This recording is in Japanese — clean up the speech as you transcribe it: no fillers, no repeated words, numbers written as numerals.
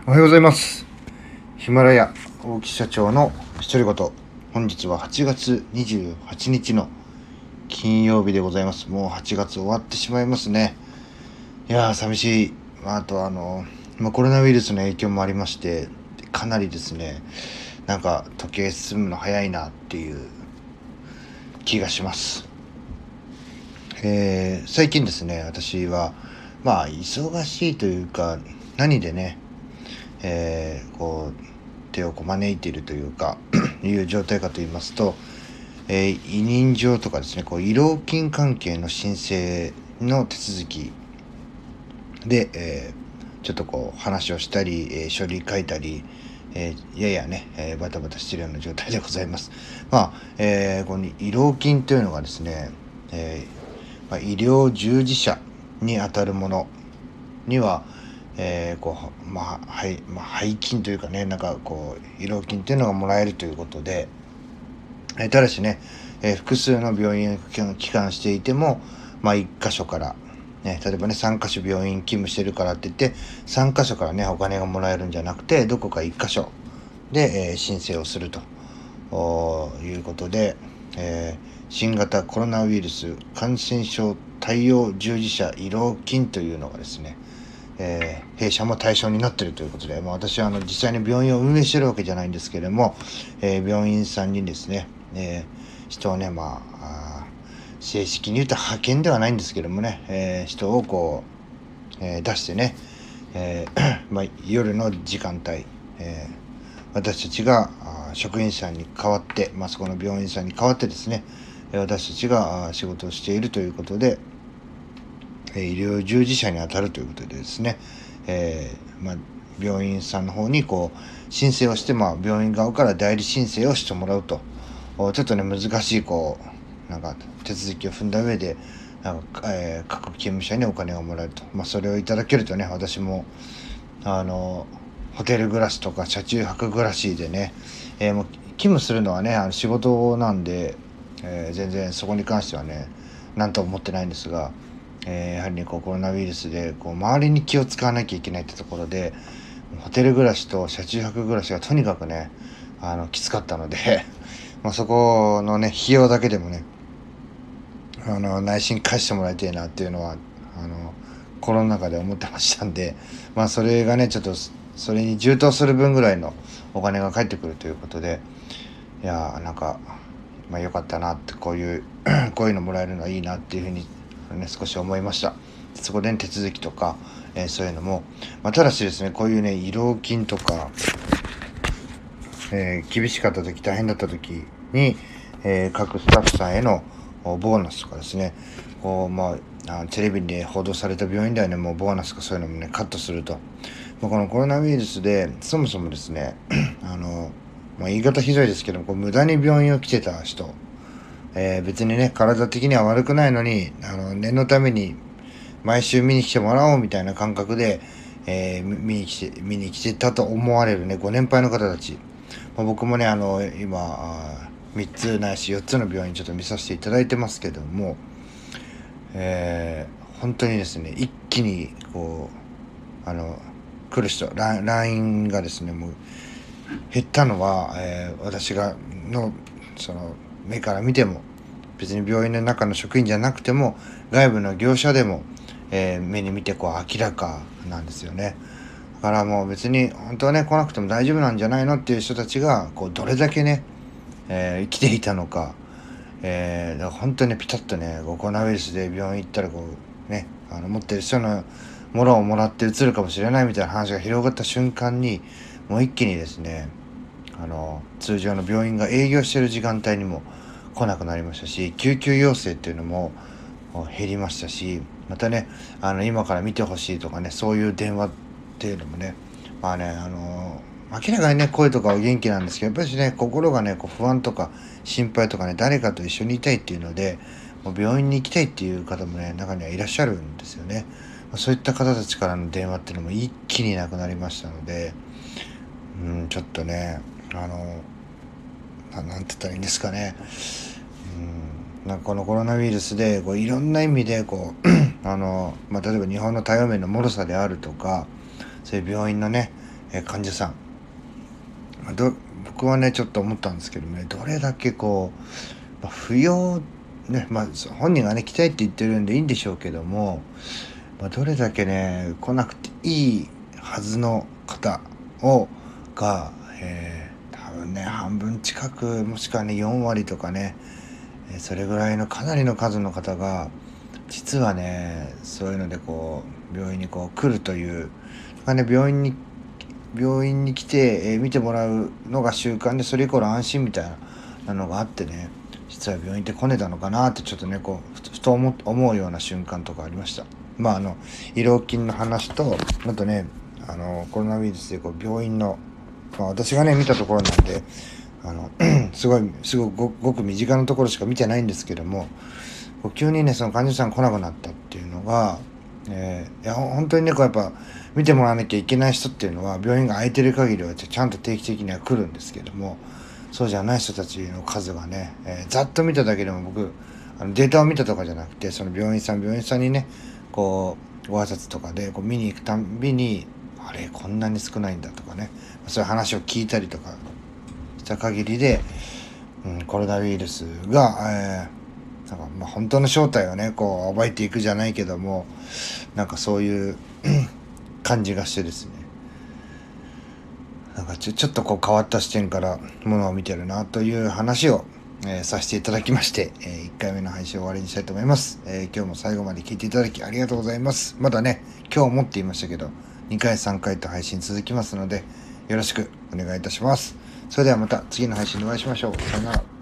おはようございます。ヒマラヤ大木社長の独り言。本日は8月28日の金曜日でございます。もう8月終わってしまいますね。いやー寂しい。あとコロナウイルスの影響もありまして、かなりですね、なんか時計進むの早いなっていう気がします。最近ですね、私は忙しいというか、何でね、手を招いているというかいう状態かと言いますと、委任状とかですね、慰労金関係の申請の手続きで、ちょっと話をしたり、書類書いたり、ややね、バタバタしているような状態でございます。この慰労金というのがですね、医療従事者にあたるものには、配金というかね、慰労金というのがもらえるということで、ただしね、複数の病院を帰還していても、1箇所から、例えばね、3箇所病院勤務してるからって言って、3箇所からね、お金がもらえるんじゃなくて、どこか1箇所で、申請をするということで、新型コロナウイルス感染症対応従事者慰労金というのがですね、弊社も対象になっているということで、私は実際に病院を運営しているわけじゃないんですけれども、病院さんにですね、人をね、正式に言うと派遣ではないんですけどもね、人を出してね、夜の時間帯、私たちが職員さんに代わって、そこの病院さんに代わってですね、私たちが仕事をしているということで、医療従事者にあたるということでですね、病院さんの方に申請をして、病院側から代理申請をしてもらうと、ちょっとね難しい手続きを踏んだ上で各勤務者にお金をもらえると、それをいただけるとね、私もホテル暮らしとか車中泊暮らしでね、もう勤務するのはね仕事なんで、全然そこに関してはね何とも思ってないんですが、やはりねコロナウイルスで周りに気を使わなきゃいけないってところで、ホテル暮らしと車中泊暮らしがとにかくねきつかったのでそこのね費用だけでもね内心返してもらいたいなっていうのはコロナ禍で思ってましたんで、それがねちょっとそれに充当する分ぐらいのお金が返ってくるということで、いや良かったなって、こういうのもらえるのはいいなっていうふうに少し思いました。そこで、手続きとか、そういうのも、ただしですね、こういうね慰労金とか、厳しかった時、大変だった時に、各スタッフさんへのボーナスとかですね、テレビで報道された病院ではね、もうボーナスとかそういうのもねカットすると、このコロナウイルスでそもそもですね言い方ひどいですけど無駄に病院を来てた人、別にね体的には悪くないのに念のために毎週見に来てもらおうみたいな感覚で、見に来てたと思われるねご年配の方たち、僕もね今3つないし4つの病院ちょっと見させていただいてますけども、本当にですね一気に来る人LINE がですねもう減ったのは、私がその目から見ても、別に病院の中の職員じゃなくても外部の業者でも、目に見て明らかなんですよね。だからもう別に本当はね来なくても大丈夫なんじゃないのっていう人たちがどれだけね、生きていたのか、だから本当にピタッとねコロナウイルスで病院行ったら持ってる人のものをもらって移るかもしれないみたいな話が広がった瞬間に、もう一気にですね通常の病院が営業している時間帯にも来なくなりましたし、救急要請っていうのも減りましたし、またね今から見てほしいとかね、そういう電話っていうのもね、明らかにね声とかは元気なんですけど、やっぱりね心がね不安とか心配とかね、誰かと一緒にいたいっていうのでもう病院に行きたいっていう方もね中にはいらっしゃるんですよね。そういった方たちからの電話っていうのも一気になくなりましたので、ちょっとねなんて言ったらいいんですかね、このコロナウイルスでいろんな意味で例えば日本の対応面の脆さであるとか、そういう病院のね、 患者さん、僕はねちょっと思ったんですけどね、どれだけこう、不要ね、本人がね来たいって言ってるんでいいんでしょうけども、どれだけね来なくていいはずの方が、多分ね半分近く、もしくはね4割とかね、それぐらいのかなりの数の方が実はねそういうのでこう病院にこう来るという、病院に来て、見てもらうのが習慣で、それイコール安心みたいなのがあってね、実は病院って来ねたのかなってちょっとねこうふと思うような瞬間とかありました。医療金の話と、あとねコロナウイルスでこう病院の、私がね見たところなんで、すごく身近なところしか見てないんですけども、急にねその患者さん来なくなったっていうのが、いや本当にねこうやっぱ見てもらわなきゃいけない人っていうのは病院が空いてる限りはちゃんと定期的には来るんですけども、そうじゃない人たちの数がね、ざっと見ただけでも僕データを見たとかじゃなくて、その病院さんにねこうご挨拶とかでこう見に行くたんびに、あれこんなに少ないんだとかね、そういう話を聞いたりとかした限りで、コロナウイルスが、なんか本当の正体をねこう暴いていくじゃないけども、なんかそういう感じがしてですね、なんかちょっとこう変わった視点からものを見てるなという話を、させていただきまして、1回目の配信を終わりにしたいと思います。今日も最後まで聞いていただきありがとうございます。まだね今日思っていましたけど2回3回と配信続きますので、よろしくお願いいたします。それではまた次の配信でお会いしましょう。さよなら。